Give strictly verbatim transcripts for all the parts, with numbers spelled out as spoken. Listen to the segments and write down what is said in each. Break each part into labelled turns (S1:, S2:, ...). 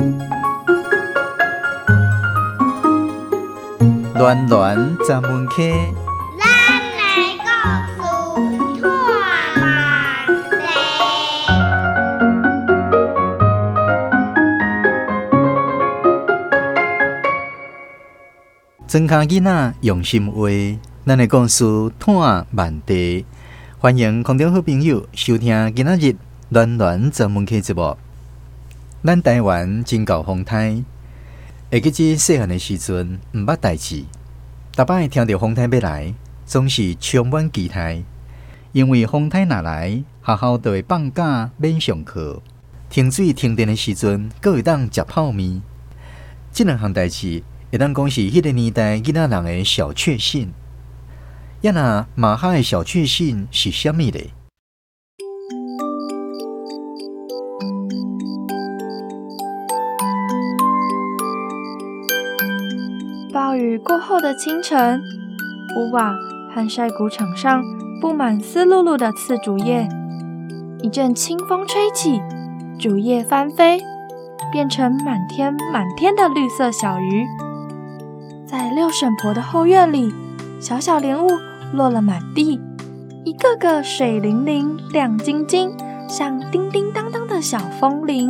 S1: 暖暖十门课，
S2: 咱来故事看万岁。
S1: 庄脚囡仔用心话，咱的故事探万地。欢迎空中好朋友收听今仔日暖暖十门课节目。咱台湾真够风台。会记起细汉的时阵，毋捌代志，逐摆听到风台要来，总是充满期待。因为风台若来，学校就会放假免上课，停水停电的时阵，阁会当食泡面。这两项代志，会当讲是迄个年代囡仔人的小确幸。呀那马哈的小确幸是啥物呢？
S3: 暴雨过后的清晨，屋瓦和晒谷场上布满湿漉漉的刺竹叶。一阵清风吹起，竹叶翻飞，变成满天满天的绿色小鱼。在六婶婆的后院里，小小莲雾落了满地，一个个水灵灵、亮晶晶，像叮叮当当的小风铃。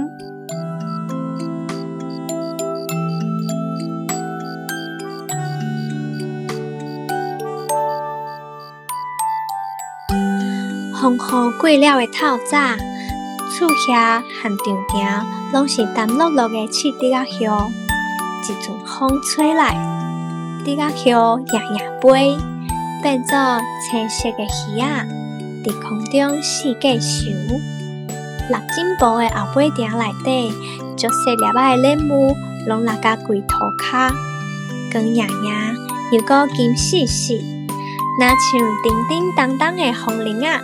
S4: 风雨过了的透早，厝遐和场行拢是澹漉漉的刺竹仔叶。一阵风吹来，竹仔叶摇摇飞，变作青色的鱼仔，伫空中四界游。六进步的后背埕内底，足细粒仔的莲雾拢落甲规涂骹，光莹莹又阁金丝丝，若像叮叮当当的风铃仔。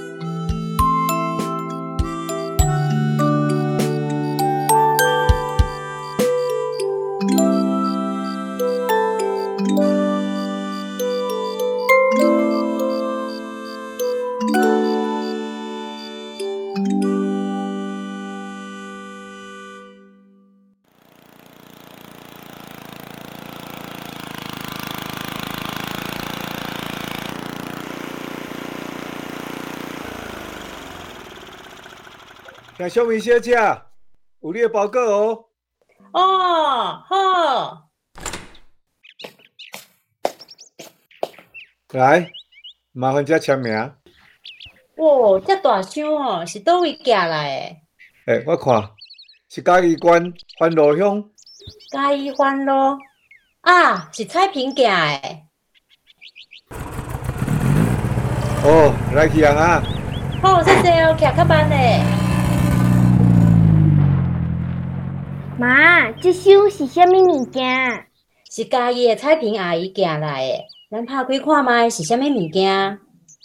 S5: 听小明小姐，有你的报告哦。
S6: 哦，好。
S5: 来，麻烦遮签名。
S6: 哇，遮大箱哦，是倒位寄来
S5: 的？诶，我看是嘉义县番路乡。
S6: 嘉义番路啊，是彩萍寄的。
S5: 哦，来去啊！
S6: 好，谢谢哦，徛较慢嘞。
S2: 妈，这箱是啥物物件？
S6: 是嘉义的彩萍阿姨寄来的，咱拍开看卖是啥物物件？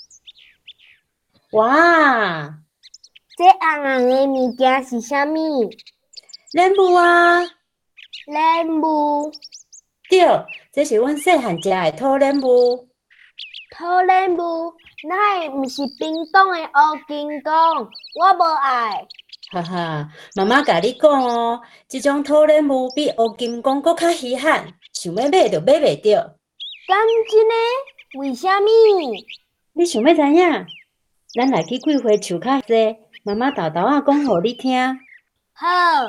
S6: 哇，
S2: 这红红的物件是啥物？
S6: 莲雾啊！
S2: 莲雾。
S6: 对，这是阮细汉食的土莲雾。
S2: 土莲雾，哪会毋是冰冻的乌金刚？我无爱。
S6: 哈哈，妈妈甲你讲哦，这种土莲雾比乌金刚搁较稀罕，想要买就买袂着。
S2: 敢真的？为虾米？
S6: 你想要知影？咱来去几回树较济，妈妈豆豆仔讲互你听。
S2: 好。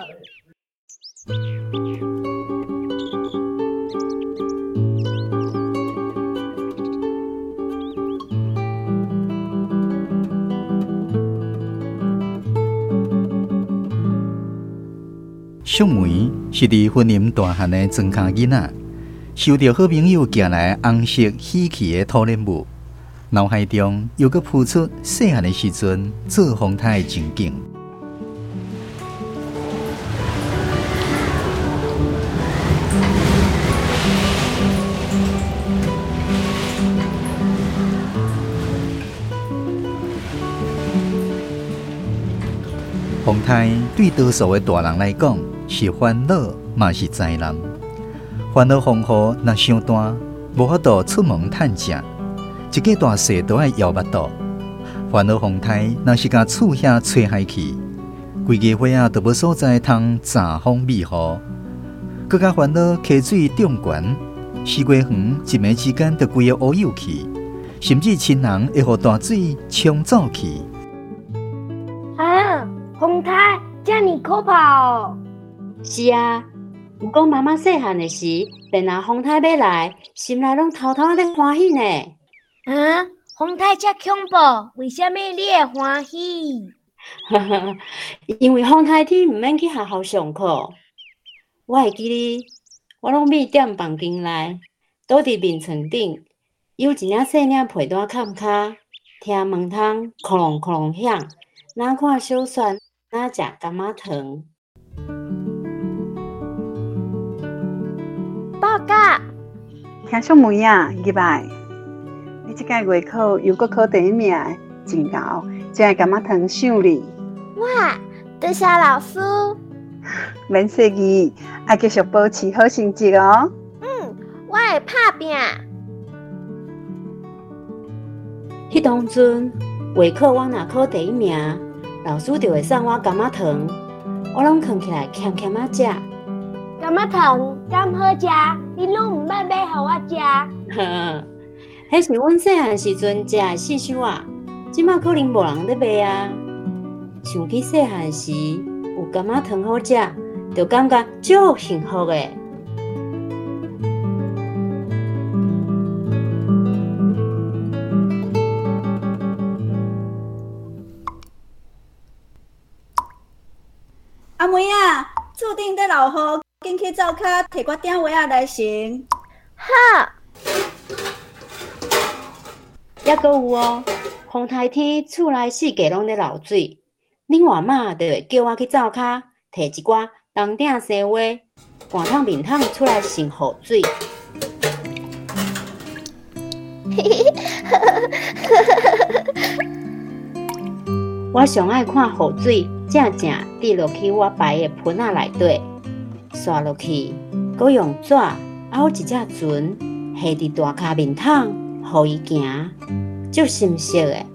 S1: 淑梅是伫婚姻大汉的庄脚囡仔，收到好朋友寄来红色喜气的土莲雾，脑海中又搁浮出细汉的时阵做风台的情景。风台对多数的大人来讲是烦恼，嘛是灾难。烦恼风雨若伤大，无法度出门探食，一个大细都爱摇巴肚。烦恼风台若是甲厝遐吹海去， 规家伙仔都无所在通遮风避雨，更加烦恼溪水涨悬，四月园一暝之间就规个乌有去，甚至亲人会互大水冲走去。
S2: 啊，风台这么可怕哦！
S6: 是啊，毋过妈妈细汉的时，便拿风台要来，心内拢偷偷咧欢喜呢。
S2: 啊，风台这恐怖，为什么你会欢喜？
S6: 因为风台天毋免去学校上课，我会记哩，我拢秘踮房间内，倒伫眠床顶，有一领细领被单盖骹，听门窗哐啷哐啷响，哪看小蒜，哪食柑仔糖。
S2: 报告，
S7: 听小妹啊，入来，你即届月考又搁考第一名，真牛！这个柑仔糖赏你。
S2: 哇，多谢老师。
S7: 免客气，要继续保持好成绩哦。
S2: 嗯，我会打拼。
S6: 迄当阵月考我若考第一名，老师就会送我柑仔糖，我拢藏起来咸咸仔食。
S2: 柑仔糖咁好食，你拢毋捌买互我食？
S6: 呵，迄是阮细汉时阵食的四手啊，即马可能无人咧卖啊。想起细汉时有柑仔糖好食，就感觉足幸福的。
S8: 阿妹啊，厝顶在落雨，紧去灶骹摕我鼎鞋仔来穿。
S2: 好。
S6: 抑阁有哦，风台天厝内四界拢咧流水，恁外妈就会叫我去灶骹摕一寡东鼎西瓜，寒桶面桶出来渗雨水。我上爱看雨水正正滴落去我排的盆仔内底，刷落去，搁用纸凹一只船，下伫大骹面桶，互伊行，足深色的。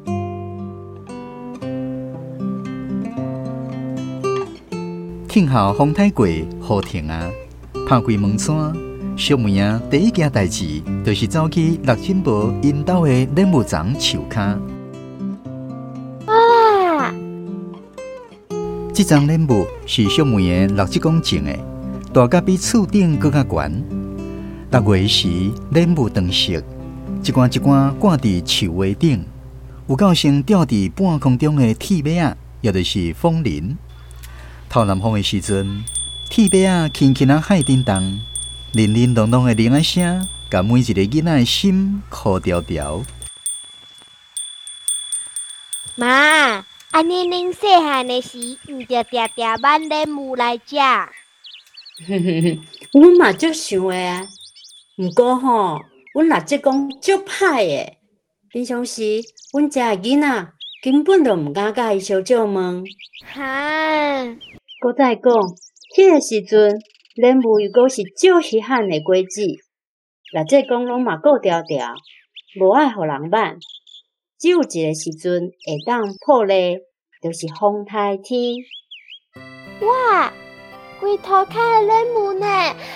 S1: 听候风台过，雨停啊，拍开门窗，小妹啊，第一件代志就是走去六进步因兜的冷木丛树骹。
S2: 哇！
S1: 这丛冷木是小妹的六七公种的，大甲比厝顶搁较悬。六月时，冷木长熟，一罐一罐挂伫树围顶，有够像吊伫半空中的铁马仔，也就是风铃。透南风的时阵，铁马仔轻轻啊海震动，铃铃隆隆的铃仔声，甲每一个囡仔的心哭条条。
S2: 妈，安尼恁细汉的时，毋着定定挽冷木来食？
S6: 阮嘛足想的啊，毋过吼，阮六叔公足歹的，平常时阮遮的囡仔根本就毋敢甲伊相借问。
S2: 哈！
S6: 搁再讲，迄个时阵，冷木又阁是足稀罕的果子，六叔公拢嘛顾条条，无爱互人挽。只有一个时阵会当破例，就是风台天。
S2: 哇！规头开的冷木呢！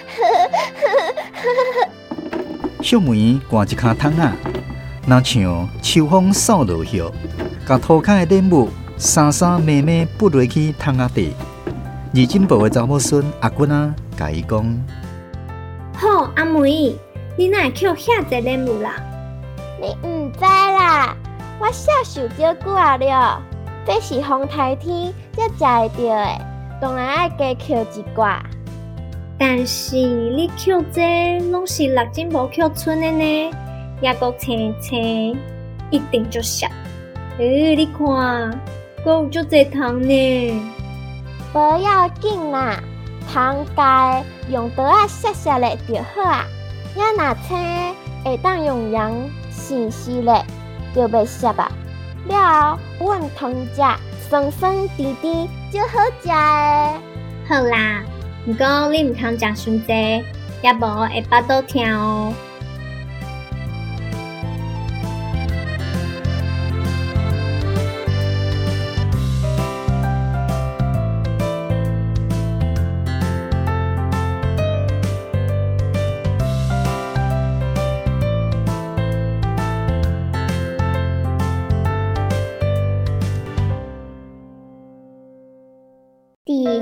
S1: 小妹挂一骹桶仔，若像秋风扫落叶，甲涂骹的冷木沙沙密密扑落去桶仔底。二进步的查某孙阿君啊，甲伊讲：
S4: 好，阿妹，你哪会捡遐济冷木啦？
S2: 你毋知啦，我小受少久啊了，这是风台天才食会到的，当然爱加捡一寡。
S4: 但是你捡这拢是六进步捡剩的呢，也阁青青，一定足涩。诶、欸，你看，阁有足侪虫呢。
S2: 不要紧啦，汤家用刀啊削削咧就好啊。要若青会当用盐洗洗咧，就袂涩啊。了后阮汤食酸酸甜甜，就好食诶。
S4: 好啦，不过你毋通食伤济，也无会巴肚痛哦。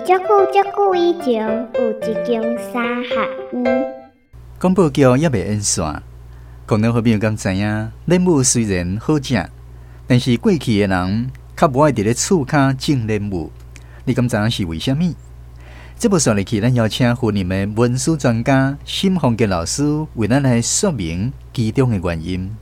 S2: 足久足久以前，有一间三合院。
S1: 广播剧也未演线，广东好朋友敢知影？莲雾虽然好食，但是过去的人较无爱伫咧厝骹种莲雾。你敢知影是为虾米？这部说入去，咱邀请湖南的文史专家沈凤杰老师为咱来说明其中的原因。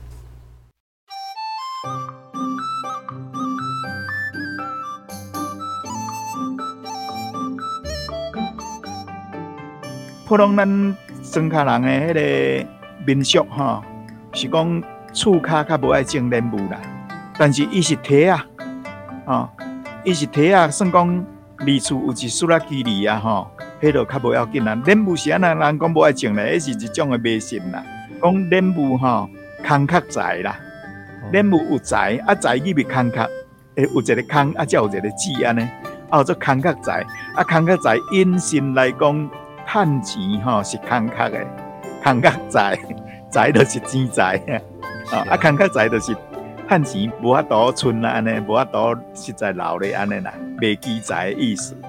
S9: 普通咱庄脚人的迄个民俗吼，是讲厝骹较无爱种莲雾啦，但是伊是梯啊，吼，伊是梯啊，算讲离厝有一丝仔距离啊，吼，迄就较无要紧啦。莲雾是安那人讲无爱种咧，迄是一种的迷信啦。讲莲雾吼，空壳材啦，莲雾有材，啊材入面空壳，会有一个空，啊才有一个籽安尼，啊做空壳材，啊空壳材引申来讲。趁钱吼是空壳的，空壳财财就是钱财啊！啊，空壳财就是趁钱无法度存啦，安尼无法度实在留咧安尼啦，袂记财的意思。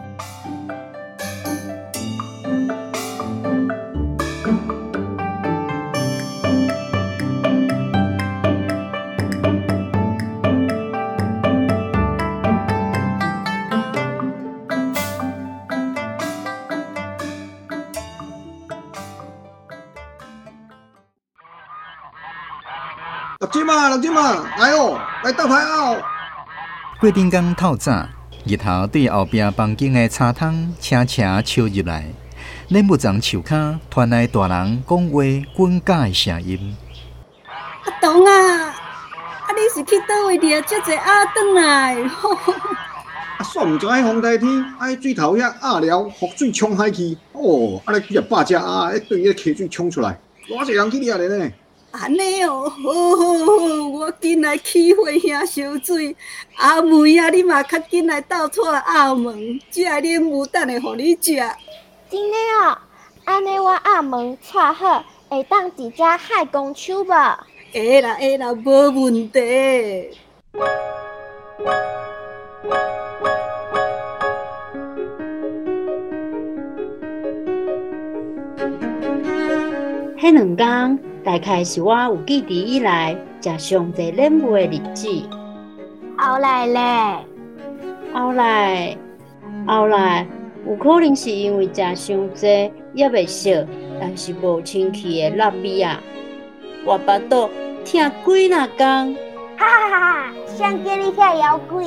S10: 六姐嘛，六姐嘛，来哦，来倒牌哦。
S1: 过顶天透早，日头对后壁房间的茶汤轻轻照入来，莲雾丛树骹传来大人讲话滚假的声音。
S8: 阿东啊，啊你是去倒位掠遮济鸭转来？
S10: 啊，煞毋知影风大天，啊，水头遐鸭寮雨水冲海去，哦，啊，你几啊百只鸭，一对迄溪水冲出来，偌济人去掠咧呢？
S8: 安尼哦，好好好，我紧来去回遐烧水。阿妹啊，你嘛较紧来倒出鸭门，这莲雾等下互你食。
S2: 真的哦，安尼我鸭门炒好，会当直接海公手无？
S8: 会啦会啦，无问题。
S6: 迄两天大概是我有记忆以来食上济莲雾的日子。
S2: 后来咧，
S6: 后来，后来有可能是因为食伤济也袂熟，但是无清气的腊味啊，我巴肚疼几若工。
S2: 哈哈哈哈！谁叫你遐妖怪？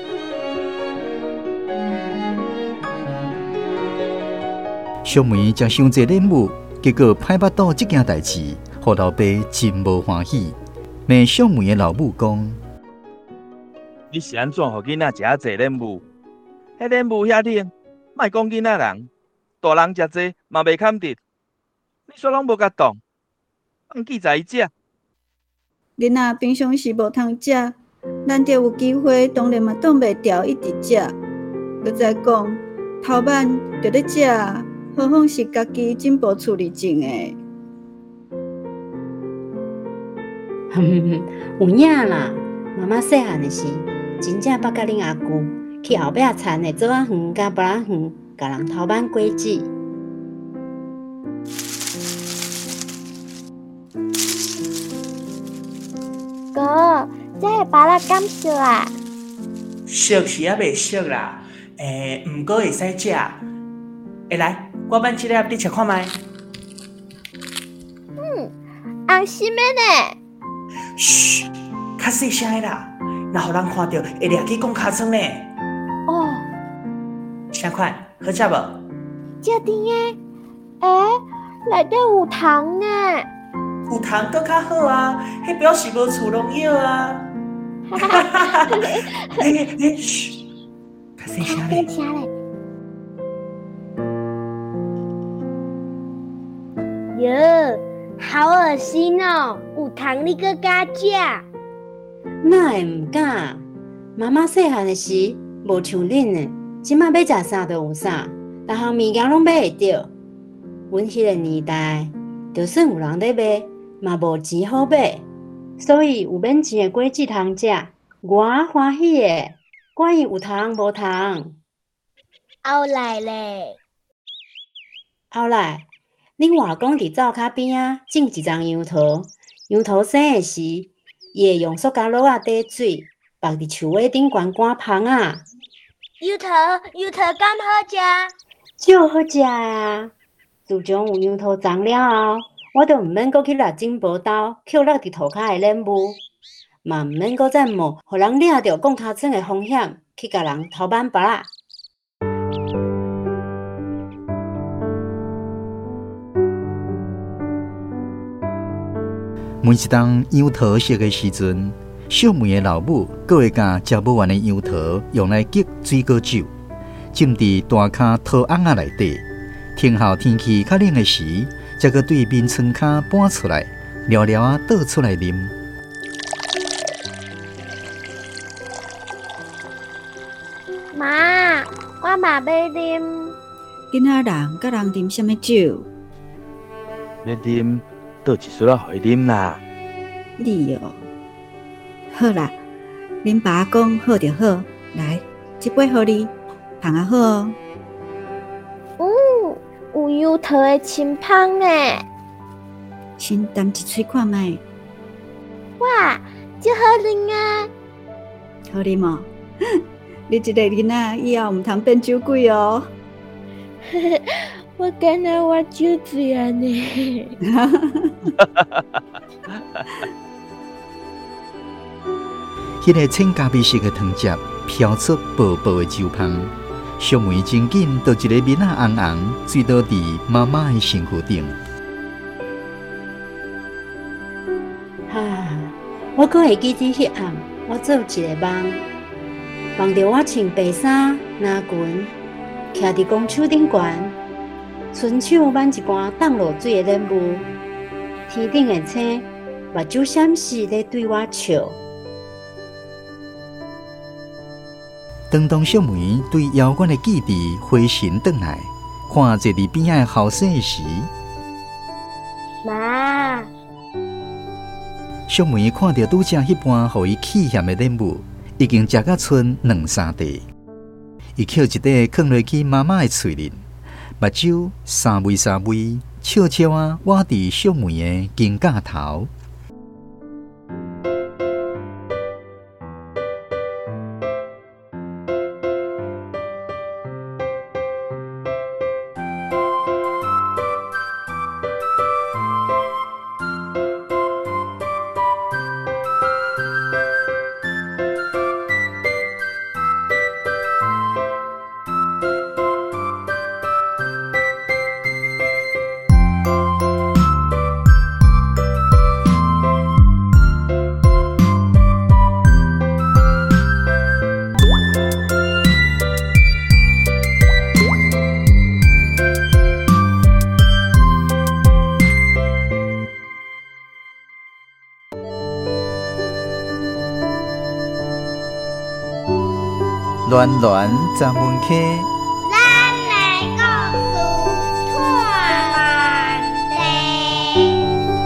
S1: 小梅食伤济莲雾。结果歹巴肚这件代志，互老爸真无欢喜。骂小梅的老母讲：“
S11: 你是安怎互囡仔食啊济莲雾？迄莲雾遐甜，莫讲囡仔人，大人食济嘛袂堪得。你煞拢无甲动，放记在伊食。
S8: 囡仔平常时无通食，咱着有机会，当然嘛挡袂牢一直食。搁再讲，头摆着咧食。”何况是家己进步处理种的，
S6: 有影啦。妈妈细汉的时，真正捌甲恁阿舅去后壁田的做仔园甲拔仔园，甲人偷挽果子。
S2: 哥，这个拔仔敢熟啊？
S12: 熟是还袂熟啦，诶，毋过会使食。会来。我挽一粒，你吃看卖。
S2: 嗯，红心的呢？
S12: 嘘，较细声的啦，若互人看到，会掠去讲尻川呢。
S2: 哦，
S12: 啥款？好食无？
S2: 这甜的，诶，内底有糖呢。
S12: 有糖搁较好啊，迄表示无厝农药啊。哈哈哈哈！诶诶，嘘，较细声嘞。
S2: 哟，好恶心哦！有糖你搁敢食？
S6: 哪会唔敢？妈妈细汉的时无像恁呢，即摆要食啥就有啥，逐项物件拢买会着。阮迄个年代，就算有人咧卖，嘛无钱好买，所以有免钱的果子通食，我欢喜的，管伊有糖无糖。
S2: 后来咧，
S6: 后来，恁外公伫灶骹边仔种一丛杨桃，杨桃生诶时，伊会用塑胶箩仔底水，放伫树尾顶悬赶芳啊。
S2: 油桃油桃敢好食？
S6: 少好食啊！自从有杨桃种了后，我就毋免阁去掠种宝豆，捡落伫涂骹诶莲雾，嘛毋免阁再冒互人掠着讲尻川诶风险，去甲人偷挽包仔。
S1: 每一当杨桃熟的时阵，小梅的老母阁会将食不完的杨桃用来结水果酒，浸伫大卡桃甕仔内底，天候天气较冷的时，才阁对面窗骹搬出来，聊聊啊倒出来啉。
S2: 妈，我嘛要啉。
S8: 囡仔人甲人啉什么酒？
S11: 要啉，倒一水仔互伊啉啦。
S8: 你哦，好啦，恁爸讲好就好，来，这杯互你，芳啊好哦。
S2: 嗯，有油桃的清芳诶。
S8: 先啖一喙看卖。
S2: 哇，这好啉啊！
S8: 好啉哦。你一个囡仔以后唔通变酒鬼哦。
S2: 我感觉我酒醉啊呢。
S1: 迄个青咖啡色的汤汁飘出薄薄的酒香，小梅真紧倒一个面啊红红，醉倒伫妈妈的身躯顶。
S6: 哈，我阁会记得迄暗，我做一个梦。梦到我穿白衫、拿裙，徛伫公树顶悬，伸手挽一罐荡落水的莲雾，天顶的星目睭闪烁咧对我笑。
S1: 当当小梅对遥远的记忆回神转来，看坐伫边仔的后生时，
S2: 妈，
S1: 小梅看到拄则迄盘互伊气嫌的莲雾，已经食到剩两三块。伊捡一块放落去妈妈的嘴里，目睭三微三微，悄悄啊挖伫小梅的肩胛头。暖暖在门口，
S2: 咱来故事看万地。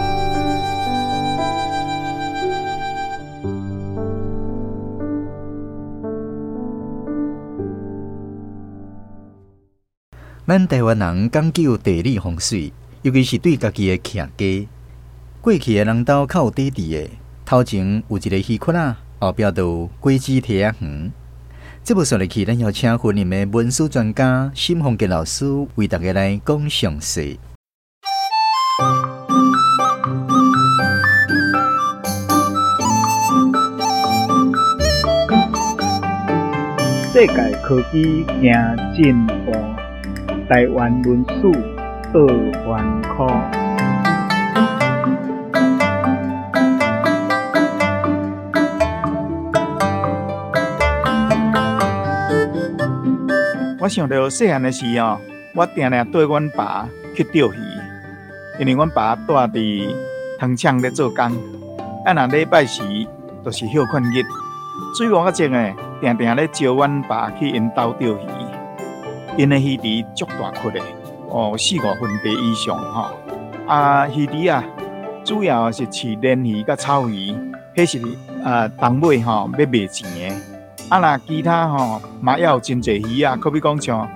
S1: 咱台湾人讲究地理风水，尤其是对家己的徛家。过去的人家较有底地的，头前有一个鱼窟仔，后壁就有果子梯仔园。这部说入去，咱要请婚姻的文史专家沈凤杰老师为大家来讲详细。
S9: 世界科技行进步，台湾文史二万块。我想到细汉的时哦，我定定跟阮爸去钓鱼，因为阮爸住伫糖厂咧做工，啊，若礼拜时就是休困日，水外较静诶，定定咧招阮爸去因兜钓鱼。因的鱼池足大窟的，哦，四五分地以上吼。啊，鱼池啊，主要是饲鲢鱼甲草鱼，迄是呃冬尾吼要卖钱的。啊，若其他吼嘛也有真侪鱼啊，可比讲像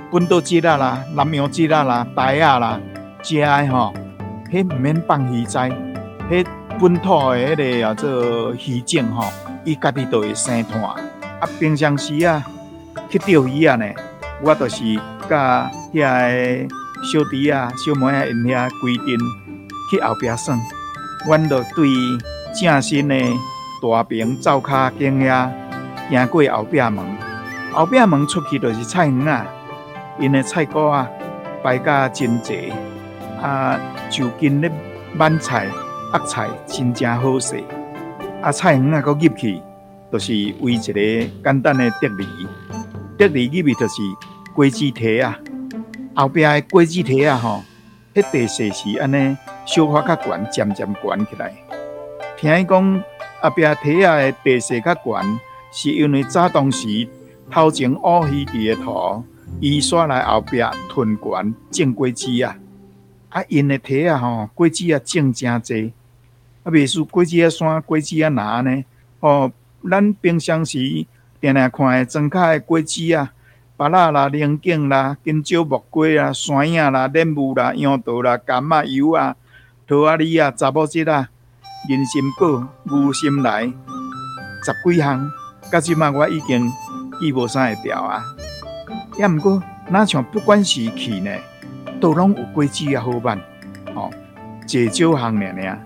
S9: 本岛节啊啦、南洋节啊啦、台啊啦，食的吼，迄毋免放鱼仔，迄本土的迄个叫做鱼种吼，伊家己就会生炭。啊，平常时啊去钓鱼啊呢，我就是甲遐个小弟啊、小妹啊因遐规定去后壁耍，阮就对正新的大坪灶骹间遐行过后壁门，后壁门出去就是菜园啊，因的菜果啊摆甲真济，啊就近咧挽菜、压菜真正好势，啊菜园啊，搁入去就是为一个简单的得梨，得梨入去就是果子梯啊，后壁的果子梯啊吼，迄地势是安尼小可较悬，渐渐悬起来。听伊讲后壁梯啊的地势较悬，是因为早当时头前乌鱼地的土，伊刷来后壁屯悬种果子啊，啊因的梯啊吼，果子啊种真济，啊袂输果子啊山、果子啊拿呢，哦。咱平常时定定看的庄脚的果子啊，芭乐啦、龙井啦、金蕉、木瓜啦、山影啦、莲雾啦、杨桃啦、柑仔油啊、桃仔梨啊、查某节啊、人参果、牛心来，十几项，到即马我已经记无啥会调啊。也毋过，哪像不管时期呢，都拢有果子啊好办，哦，侪少项尔尔。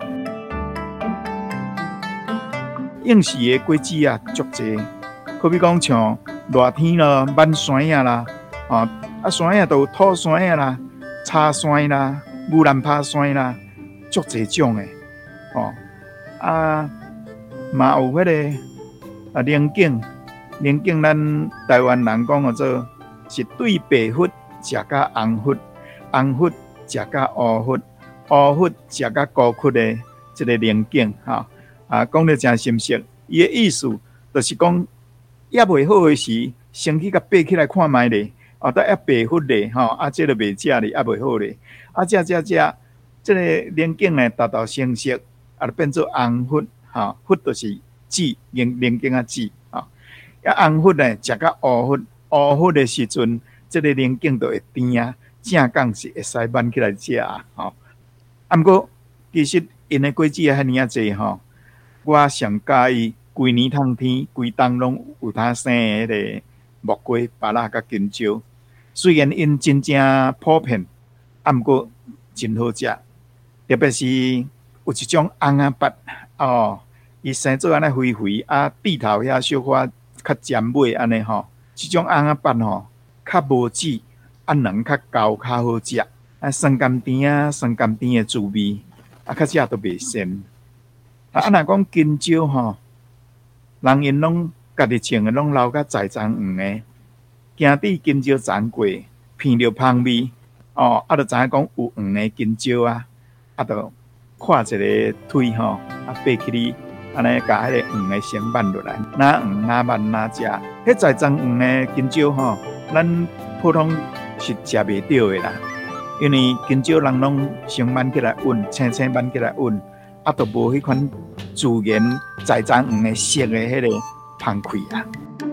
S9: 应时的果子啊，足济，可比讲像热天咯，挽山影啦，哦，啊山影都有土山影啦、茶山啦、牛兰拍山啦，足济种的，哦，啊，嘛有迄个啊龙井，龙井咱台湾人讲叫做是对白骨食甲红骨，红骨食甲乌骨，乌骨食甲高骨的这个龙井，哈。啊，讲得真深刻，伊的意思就是讲，也袂好的时，先去甲爬起来看卖咧，啊，得要白骨咧，吼，啊，这个袂食咧，也袂好咧，啊，食食食，这个龙井呢达到成熟，啊，就变做红骨，吼，骨就是籽，龙龙井啊籽，吼，啊，红骨呢食甲乌骨，乌骨的时阵，这个龙井就会甜啊，正港是会使挽起来食啊，吼，啊，毋过其实因的果子啊，遐尔啊济吼。我上介意规年通天，规冬拢有通生的迄个木瓜、芭乐甲金蕉。虽然因真正普遍，啊，毋过真好食。特别是有一种红仔芭哦，伊生做安尼肥肥，啊，蒂头遐小可较尖尾安尼吼。即种红仔芭吼较无籽，啊，软较厚较好食。啊，酸甘甜啊，酸甘甜的滋味，啊，较食都袂咸。啊，若讲金蕉吼，人因拢家己种的，拢留甲在长黄的，行底金蕉长过，闻着香味，哦，啊，就知影讲有黄的金蕉啊，啊，就看一个腿吼，啊，爬起哩，安尼甲迄个黄的先挽落来，哪黄哪挽哪食。迄在长黄的金蕉吼，咱普通是食袂到的啦，因为金蕉人拢先挽起来温，青青挽起来温。啊，都无迄款自然在长黄的色的迄个香气啊。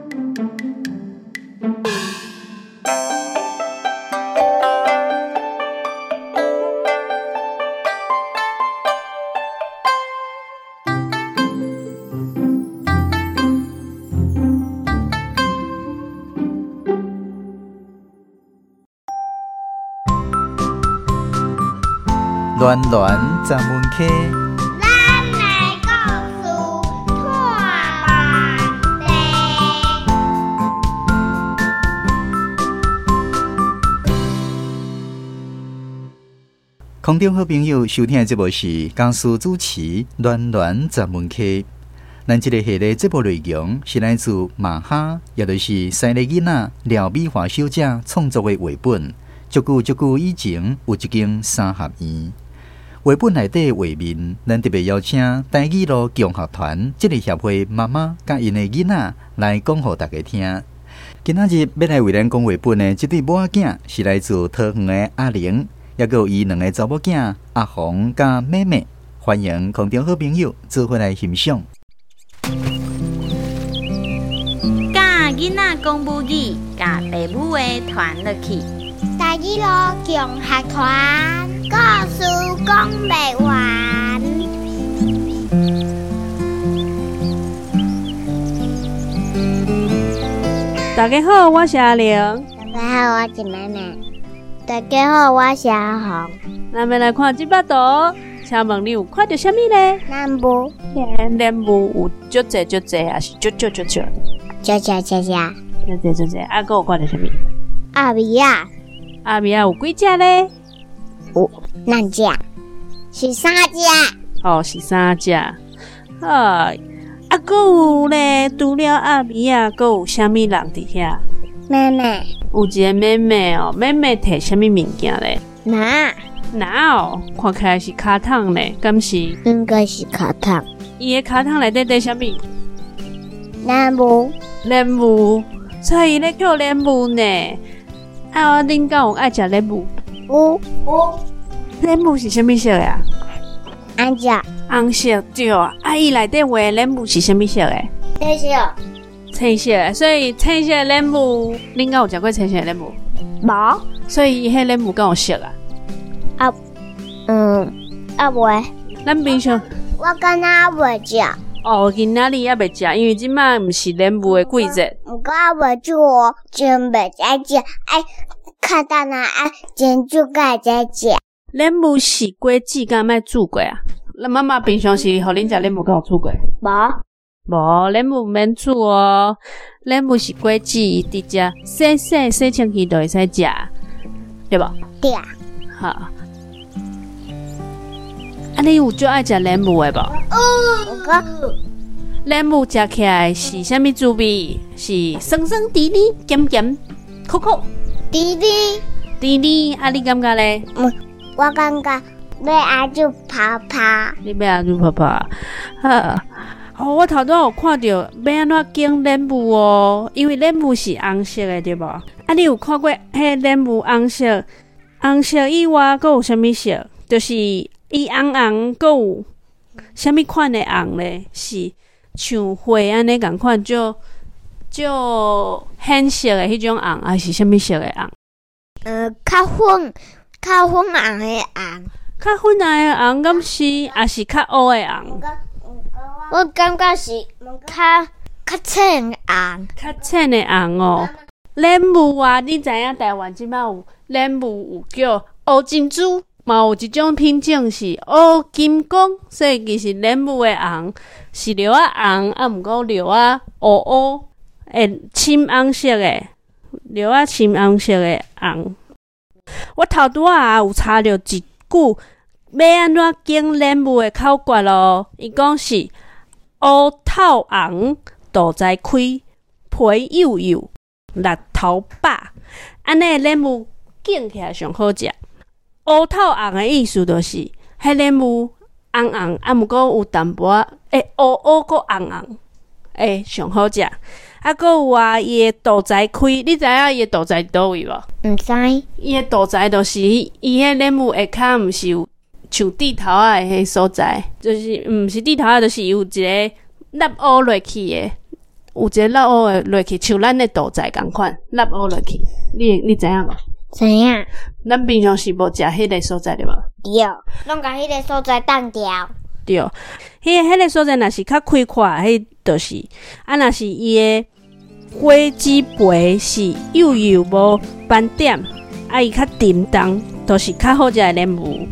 S1: 暖暖十门溪。空中好朋友收听的节目是江苏主持暖暖十门溪。咱这个系列节目内容是来自马哈，也就是西个囡仔廖美华小姐创作的绘本。足久足久以前有一间三合院，绘本内底画面，咱特别邀请台语路共学团这个协会妈妈甲因的囡仔来讲互大家听。今仔日要来为咱讲绘本的这对母仔囝是来自桃园的阿玲。也有伊两个查某囝阿红甲妹妹，欢迎空中好朋友做伙来欣赏。
S13: 教囡囡仔讲母语，甲爸母话传落去。
S2: 大二路共学团，故事讲袂完。
S14: 大家好，我是阿玲。
S2: 大家好，我是妹妹。大家好，我是阿红。
S14: 咱们来看这幅图，请问你有看到什么呢？
S2: 南部。
S14: 南部有足济足济，还是足足足足？
S2: 足足足足。
S14: 足济足济，啊，还有看到什么？
S2: 阿米亚。
S14: 阿米亚有几只呢？
S2: 有两只，是三只。
S14: 哦，是三只。啊，啊，还有呢，除了阿米亚，还有啥物人伫遐？
S2: 妹妹。
S14: 有一个妹妹哦，妹妹摕啥物物件咧？
S2: 拿。
S14: 拿哦，看起来是卡桶呢，敢是？
S2: 应该是卡桶。
S14: 伊个卡桶内底底啥物？
S2: 莲雾。
S14: 莲雾，所以咧叫莲雾呢。啊，恁敢有爱食莲雾？
S2: 有。有。
S14: 莲雾是啥物色呀？
S2: 红色。
S14: 红色对啊。啊，伊内底画的莲雾是啥物色诶？
S2: 青色。
S14: 青色的，所以青色的莲雾，恁敢有食过青色的莲雾？
S2: 无。
S14: 所以伊迄莲雾敢有色啊？
S2: 啊，嗯，啊袂。
S14: 咱平常
S2: 我敢若袂食。
S14: 哦，今仔日还袂食，因为即摆毋是莲雾的季节。
S2: 毋过我袂煮哦，真袂使食，爱看到那爱煎煮个再食。
S14: 莲雾是果子，敢莫煮过啊？咱妈妈平常是互恁食莲雾，敢有煮过？
S2: 无。
S14: 无，莲雾毋免煮哦。莲雾是果子，直接洗洗洗清气就会使食，对无？
S2: 对啊。
S14: 好。啊，你有最爱食莲雾的无？
S2: 有。
S14: 莲雾食起来是啥物滋味？是酸酸甜甜、咸咸、苦苦、
S2: 甜甜、
S14: 甜甜。啊，你感觉咧？
S2: 嗯，我感觉要爱煮泡泡。
S14: 你要爱煮泡泡啊？好。哦，我头拄有看到要安怎拣莲雾哦，因为莲雾是红色的，对无？啊，你有看过迄莲雾红色？红色以外，还有啥物色？就是伊红红，还有啥物款的红咧？是像花安尼共款，就就显色的迄种红，还是啥物色的红？
S2: 呃，较粉、较粉红的红。
S14: 较粉红的红，敢是还是较乌的红？
S2: 我感觉是较较浅的红，
S14: 较浅的红哦。莲雾啊，你知影台湾即摆有莲雾有叫乌珍珠，嘛有一种品种是乌金光，所以其实莲雾的红是绿啊红，啊毋过绿啊乌乌诶深红色的，绿啊深红色的红。我头拄啊有查着一句要安怎拣莲雾的口诀咯，伊讲是乌透红，肚才开，皮幼幼，力头饱，安尼莲雾拣起来上好食。乌透红的意思就是，迄莲雾红红，啊，毋过有淡薄诶乌乌个红红，诶上好食。啊，搁有啊，伊的肚才开，你知影伊的肚才伫倒位无？
S2: 毋知。
S14: 伊的肚才就是伊迄莲雾下骹毋是有像地头仔的迄所在，就是毋是地头仔，就是有一个凹凹落去的，有一个凹凹的落去，像咱的肚仔共款，凹凹落去。你你知影无？
S2: 知影。
S14: 咱平常是无食迄个所在对无？
S2: 对，拢甲迄个所在挡掉。
S14: 对，迄迄个所在若是较开阔，迄就是啊，若是伊的果子皮是幼幼无斑点，啊，伊较沉重，都是较好食的莲雾。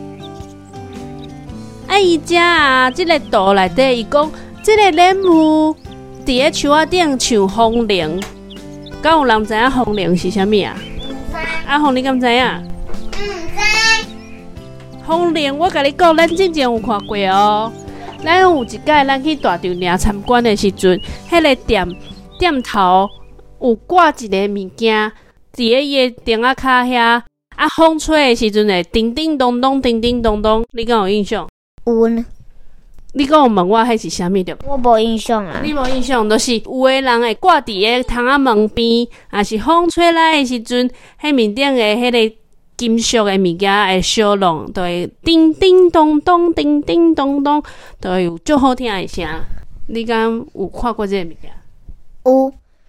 S14: 啊，伊遮啊，即、这个图内底伊讲，即、这个莲雾伫咧树仔顶像风铃，敢有人知影风铃是啥物啊？啊，风你敢知影？
S2: 毋知。
S14: 风铃，我甲你讲，咱之前有看过哦。咱有一届咱去大稻埕参观的时阵，迄、那个店店头有挂一个物件，伫咧伊的顶仔骹遐，啊，风吹的时阵会叮叮咚咚，叮叮咚咚，你敢有印象？
S2: 有呢。
S14: 你敢有问我迄是啥物对？
S2: 我无印象啊。
S14: 你无印象，就是有的人会挂伫个窗仔门边，也是风吹来的时阵，迄面顶的迄个金属的物件会烧弄，就会叮叮咚咚，叮叮咚咚，就会有足好听的声。你敢有看过这个物件？
S2: 有，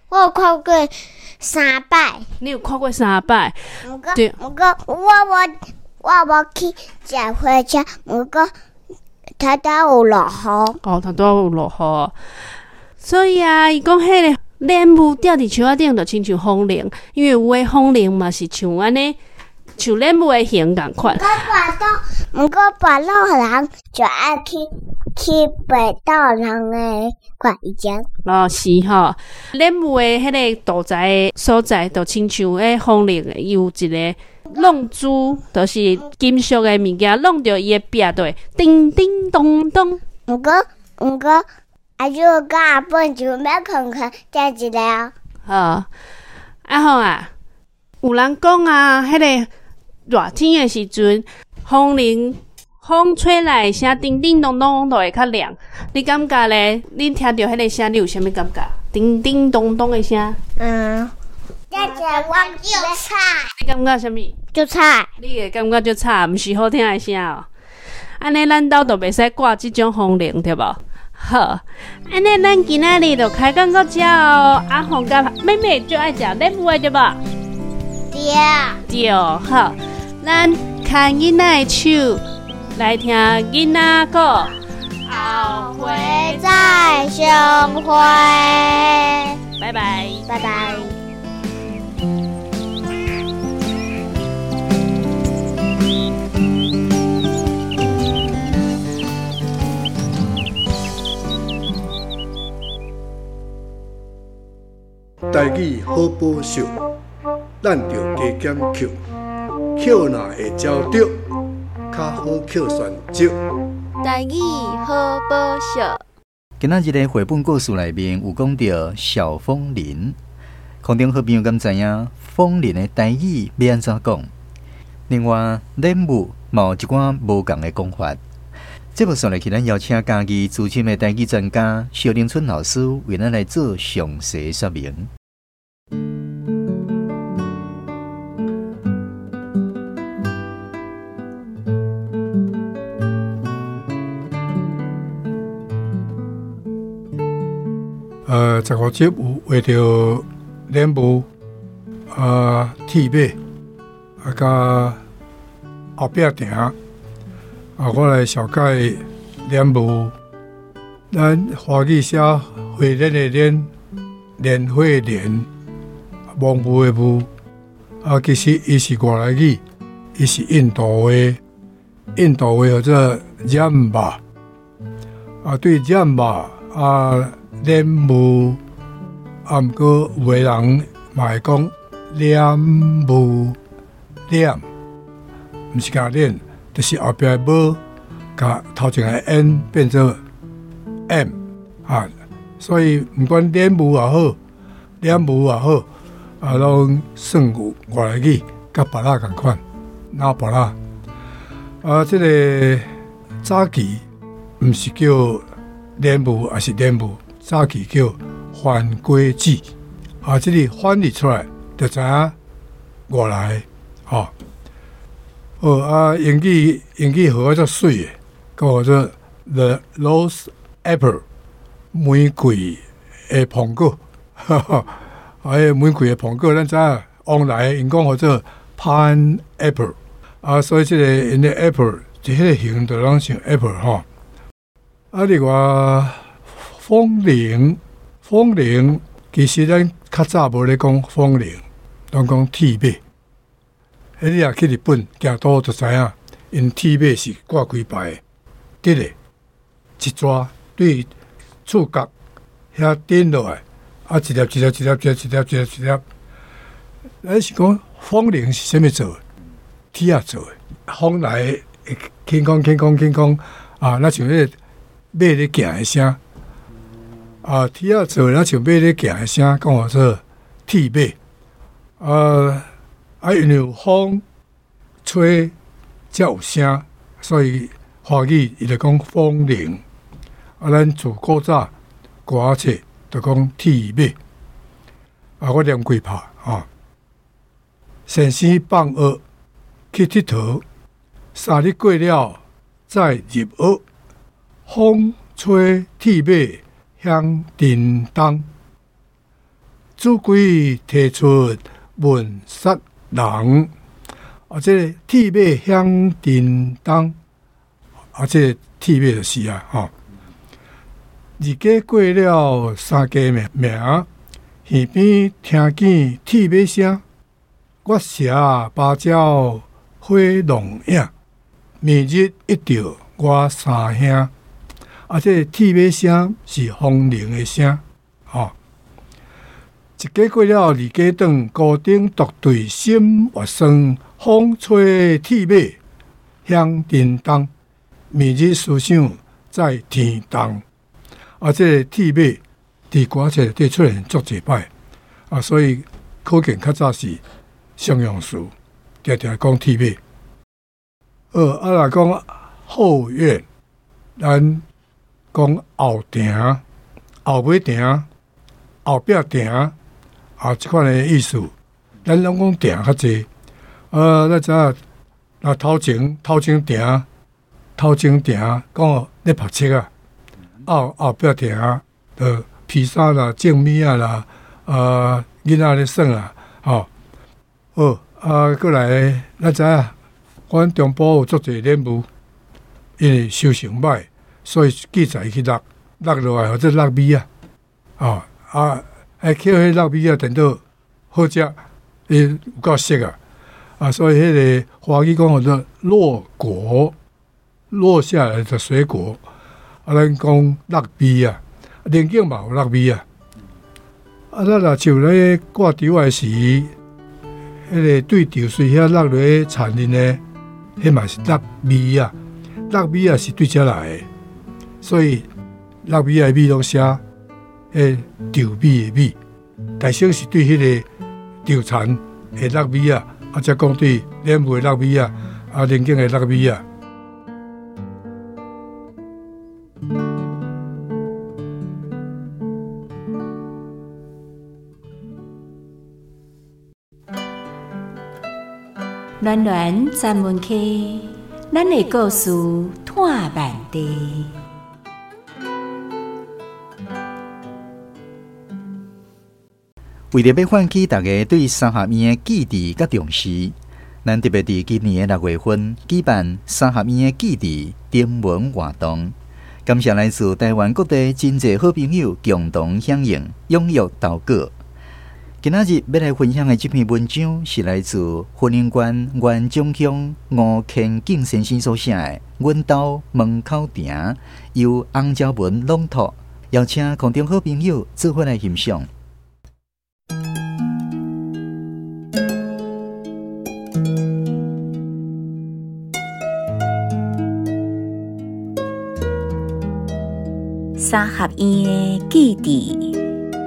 S2: 我有看过三摆。
S14: 你有看过三摆？
S2: 毋过，毋过我无我无去食火车，毋过他都有落雨。
S14: 哦，他都有落雨。所以啊，伊讲迄个莲雾吊伫树仔顶，就亲像风铃，因为有诶风铃嘛是像安尼，像莲雾诶形共款。
S2: 毋过跋倒，毋过跋倒人就爱去去跋倒人诶看医生。
S14: 哦，是吼，莲雾诶迄个道材诶所在，就亲像迄风铃诶，有一个弄珠，就是金属诶物件，弄着伊诶壁就会叮叮咚咚。
S2: 毋过，毋过。啊！如果甲阿本就要看看听一了。
S14: 好，啊好啊，有人讲啊，迄、那个热天的时阵，风铃风吹来声叮叮咚咚就会较亮。你感觉咧？恁听到迄个声，你有啥物感觉？叮叮咚咚的声。
S2: 嗯，这只我就吵。
S14: 你感觉啥物？
S2: 就吵。
S14: 你会感觉就吵，毋是好听的声哦。安尼咱兜就袂使挂即种风铃，对无？好，安尼咱今仔日就开讲到这哦。阿红甲妹妹最爱食莲雾的对无？
S2: 对。
S14: 对，好，咱牵囡仔的手来听囡仔歌。
S2: 后会再相会。
S14: 拜拜，
S2: 拜拜。
S15: 台语好保守，咱着加减扣，扣若会招着，较好扣选择。
S3: 台语好保守。
S1: 今仔日的绘本故事内面有讲到小风铃，空中好朋友敢知影风铃的台语要安怎讲？另外，莲雾嘛有一寡无共的讲法。节目上来，去咱邀请家己资深的台语专家萧凌春老师为咱来做详细说明。
S15: 呃，十五节有画着莲雾、啊铁马，啊甲后壁埕，啊我来小解莲雾。咱华语写花莲的莲，莲花莲，蒙雾的雾，啊其实伊是外来语，伊是印度话，印度话叫做染吧，啊对染吧啊。莲雾，啊，毋过有个人嘛会讲莲雾念，毋是甲念，就是后壁无甲头前个 n 变做 m 啊，所以毋管莲雾也好，莲雾也好，啊，拢算有外来语，甲巴拉共款，那巴拉，啊，即、这个早期毋是叫莲雾，也是莲雾。早期叫番果子，啊，这里翻译出来就知影外来，吼、哦。哦啊，英语英语好做水的，叫做 The Rose Apple， 玫瑰的苹果，哈哈，啊，玫瑰的苹果，咱知影往来因讲叫做 Pineapple， 啊，所以这个因的 Apple 就迄个形就拢像 Apple 吼、哦。啊，另外。风铃，风铃，其实咱较早无咧讲风铃，拢讲铁马。迄你也去日本行倒就知影，因铁马是挂几排，直诶，一抓对触角遐顶落来，啊一粒一粒一粒一粒一粒一粒一粒。咱是讲风铃是啥物做诶？铁啊做诶，风来会轻空轻空轻空啊，那像迄个马咧行诶声。啊，铁啊做，咱像马咧行诶声，讲话做铁马。啊啊，因为有风吹才有声，所以华语伊就讲风铃。啊，咱自古早歌册就讲铁马。啊，我念几拍啊。先生放学去佚佗，三日过了再入学。风吹铁马。响叮当， 主规提出问杀人，啊，这个铁马响叮当，啊，这个铁马就是啊，吼、哦。二家过了三家名名，耳边听见铁马声，月射芭蕉花浓影，明日一着我三兄。啊，这铁马声是风铃的声，吼、哦。一家过了，二家转，孤顶独对心越酸，风吹铁马响叮当，明日思想在天东。啊，这个铁马伫歌册底出现足侪摆啊，所以可见较早是常用词，常常讲铁马。呃，啊，若讲后院，咱讲后庭、后尾庭、后壁庭啊，即款的意思，咱拢讲庭较济。呃，咱知影啊，头前头前庭、头前庭讲咧读册啊。后后壁庭啊，呃，披萨啦、正米啊啦，呃，囡仔咧耍啊，吼、哦，好啊，过来，咱知影，阮中部有足侪练武，因为修行歹，所以记载去落落落来，或者落米啊，哦啊，哎，捡迄落米啊，等到好食，伊有够熟啊，啊，所以迄个华语讲叫做落果，落下来的水果。啊，咱讲落米啊，连景嘛有落米啊。啊，咱若就咧挂稻诶时，迄个对稻穗遐落落残忍诶，迄嘛是落米啊。落米啊是对遮来诶，所以落米诶米拢写迄稻米诶米，大声是对迄个稻残诶落米啊，啊，则讲对练武诶落米啊，啊，连景诶落米啊。
S13: 暖暖咱们去，咱的故事探万地。
S1: 为了要唤起大家对三合院的记忆甲重视，咱特别伫今年的六月份举办三合院的记忆征文活动，感谢来自台湾各地真侪好朋友共同响应，踊跃投稿。今仔日要来分享的这篇文章是来自婚姻馆原中乡吴乾敬先生所写的《阮兜门口埕》，由洪昭文朗读，邀请空中好朋友做伙来欣赏。
S13: 三合院的记忆。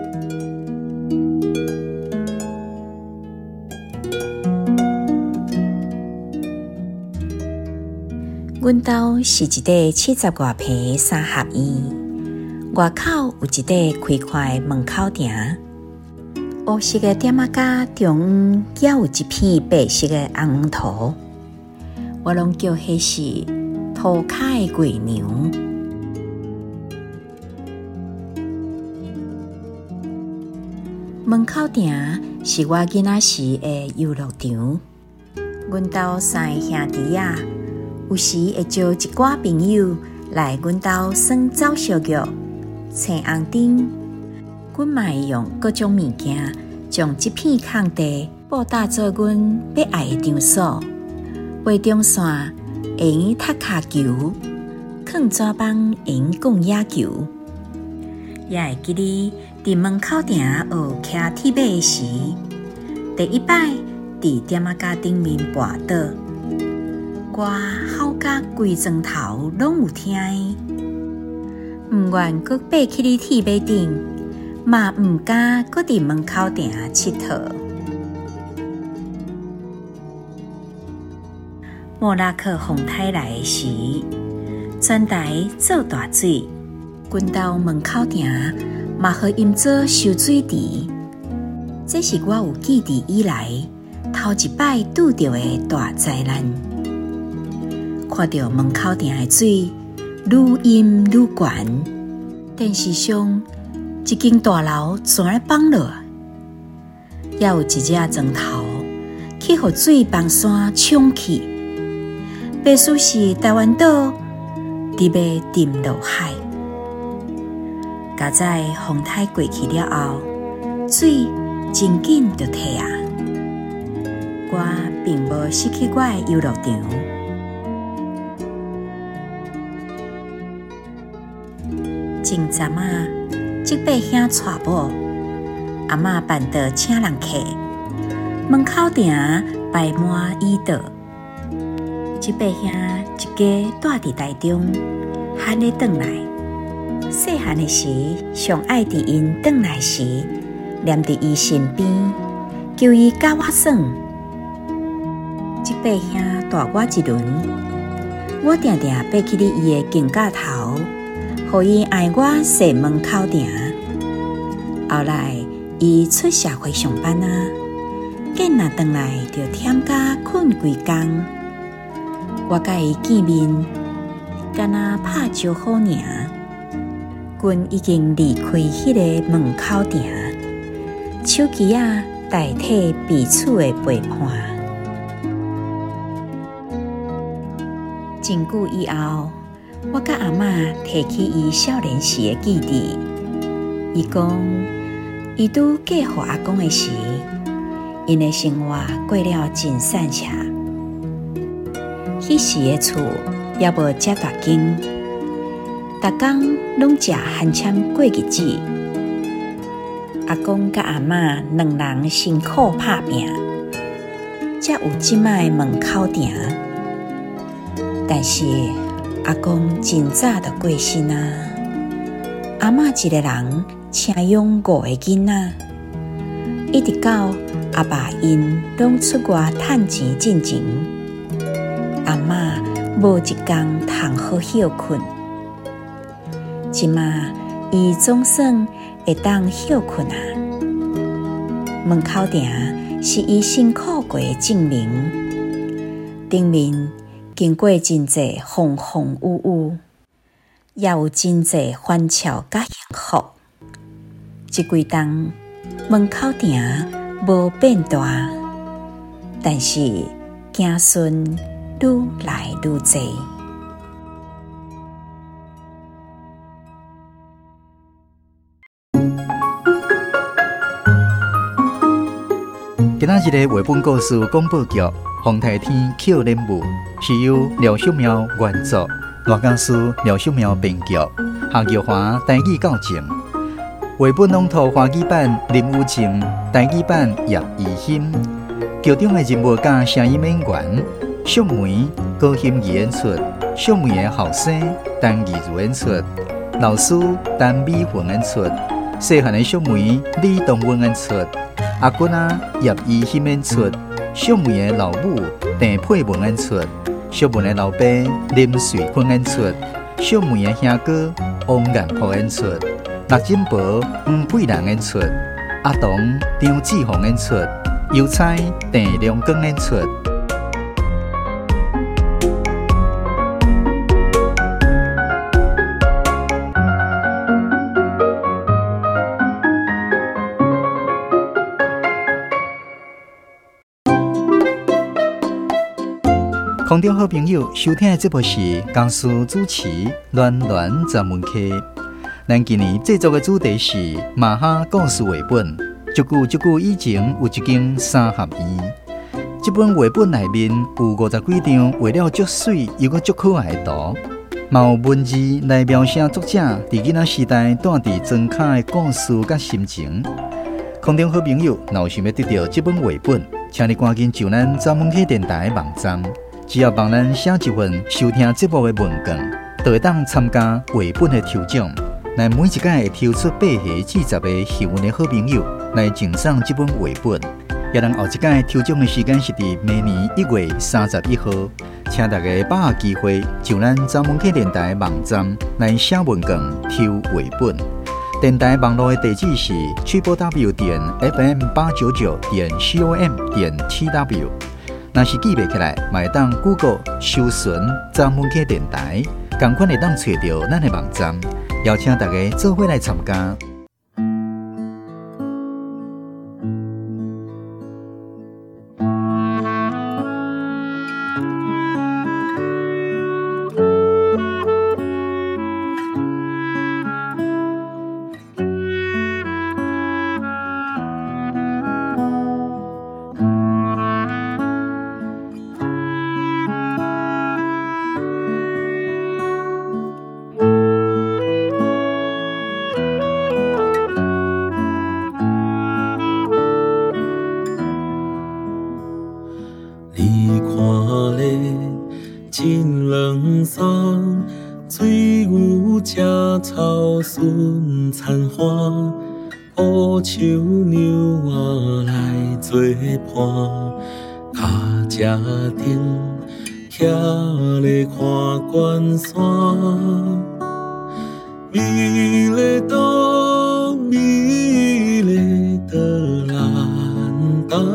S13: 阮兜是一块七十外坪的三合院，外口有一块开阔的门口埕，黑色的点仔架中也有一片白色的红土，我拢叫迄是涂骹的月娘。门口埕是我囡仔时的游乐场，阮兜三个兄弟仔。有时会招一寡朋友来阮兜耍走小玉、青红灯，阮嘛会用各种物件将这片空地布搭做阮要爱的场所。画中线会用踢骹球，放纸板会用讲野球。也会记哩伫门口埕学骑铁马的时，第一摆伫点仔架顶面跋倒。我吼甲规庄头拢有听的，毋愿阁爬去哩铁马顶，嘛毋敢阁伫门口埕佚佗。莫拉克风台来的时，全台做大水，阮兜门口埕嘛互因做收水池。这是我有记忆以来头一摆拄到的大灾难。看到门口埕的水愈淹愈悬，电视上一间大楼全放落， 也有一只砖头去互水崩山冲去，白输是台湾岛直要沉落海。加在风台过去了后，水真紧就退啊！我并无失去我的游乐场。前阵啊，即八兄带某，阿嬷办桌请人客，门口埕摆满椅桌。即八兄一家住伫台中，喊咧转来。细汉的时，上爱伫因转来时，黏伫伊身边，求伊教我耍。即八兄带我一轮，我定定爬去哩伊的肩胛头，互伊爱我踅门口埕。后来伊出社会上班啊，见若转来就忝甲困规工。我甲伊见面，敢若拍招呼尔。阮已经离开迄个门口埕，手机啊代替彼此的陪伴。真久以后，我甲阿嬷提起伊少年时的记忆。伊讲，伊拄嫁互阿公的时，因的生活过了真散洽。迄时的厝也无遮大间。逐工拢食寒签过日子，阿公甲阿嬷两人辛苦打拼，才有即摆门口埕。但是阿公真早就过身啊，阿嬷一个人请养五个囡仔，一直到阿爸因拢出外趁钱进前，阿嬷无一工通好休困。即马伊总算会当休困啊！门口埕是伊辛苦过的证明，顶面经过真济风风雨雨，也有真济欢笑甲幸福。即几冬门口埕无变大，但是子孙愈来愈侪。
S1: 今仔日的绘本故事广播剧《风台天扣莲雾》是由廖秀苗原作，罗讲师廖秀苗编剧，夏玉华台语校正。绘本朗读华语版林武静，台语版叶怡欣。剧中的人物甲声音演员：秀梅、高欣怡演出；秀梅的后生陈怡如演出；老师陈美云演出；细汉的秀梅李东文演出。阿君啊，叶怡欣演出；秀梅的老母郑佩文演出；秀文的老爸林瑞坤演出；秀梅的兄哥王彦甫演出；陆金宝黄桂兰演出；阿童张志宏演出；邮差郑良光演出。空中好朋友，收听的节目是江苏主持暖暖专门课。咱今年制作的主题是马哈故事绘本。足久足久以前有一间三合院，这本绘本内面有五十几张画了足水又阁足可爱的图，嘛有文字来描写作者伫囡仔时代带伫庄卡的故事甲心情。空中好朋友，若有想要得到这本绘本，请你赶紧上咱专门课电台的网站。只要帮咱写一份收听节目的文件，就会当参加绘本的抽奖。咱每一届会抽出八个至十个幸运的好朋友来赠送这本绘本。也人后一届抽奖的时间是伫明年一月三十一号，请大家把握机会上咱专门课电台网站来写文件抽绘本。电台网络的地址是 triple w 点 f m 八九九点 com 点 t w。若是记袂起来，嘛会当 Google 搜寻专门课电台，同款会当找到咱的网站，邀请大家做伙来参加。
S16: 真凉爽，水牛食草顺残花，乌树牛仔来做伴，脚车顶徛咧看关山，美丽岛，美丽岛，咱台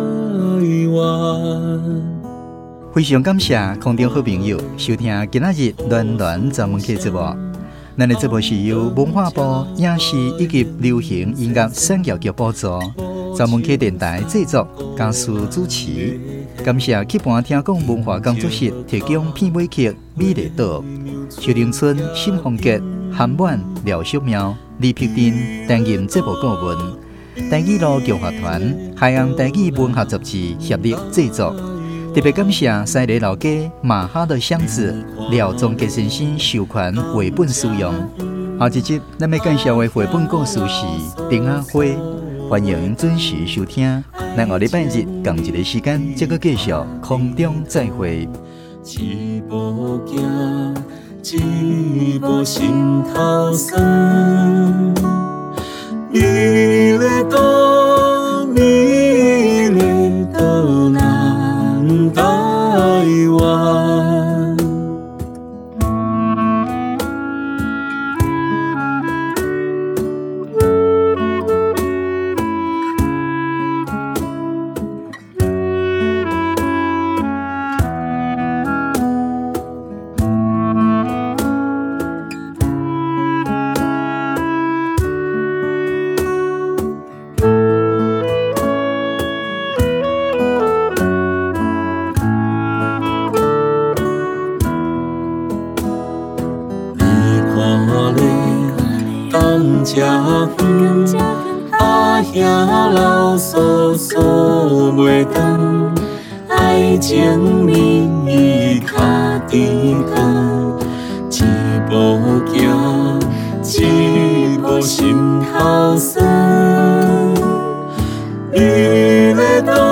S16: 湾。
S1: 非常感谢空中好朋友收听今仔日暖暖专门客节目。咱的节目是由文化部影视以及流行音乐产业局补助，专门客电台制作、监制主持。感谢去盘听讲文化工作室提供片尾曲《美丽岛》，邱林春、沈凤杰、韩婉、廖淑苗、李碧珍担任节目顾问。台语路剧化团、海洋台语文学杂志协力制作。特别感谢西里老家马哈的箱子廖宗杰先生授权绘本使用。下一集咱要介绍的绘本故事是《丁仔花》，欢迎准时收听。咱下礼拜日同一个时间再个继续空中再会。
S16: 一步行，一步心头酸，美丽岛，美丽岛咱台湾。吃远，阿兄老嫂嫂袂长，爱情蜜意卡甜糖，一步行，一步心头酸，美丽岛。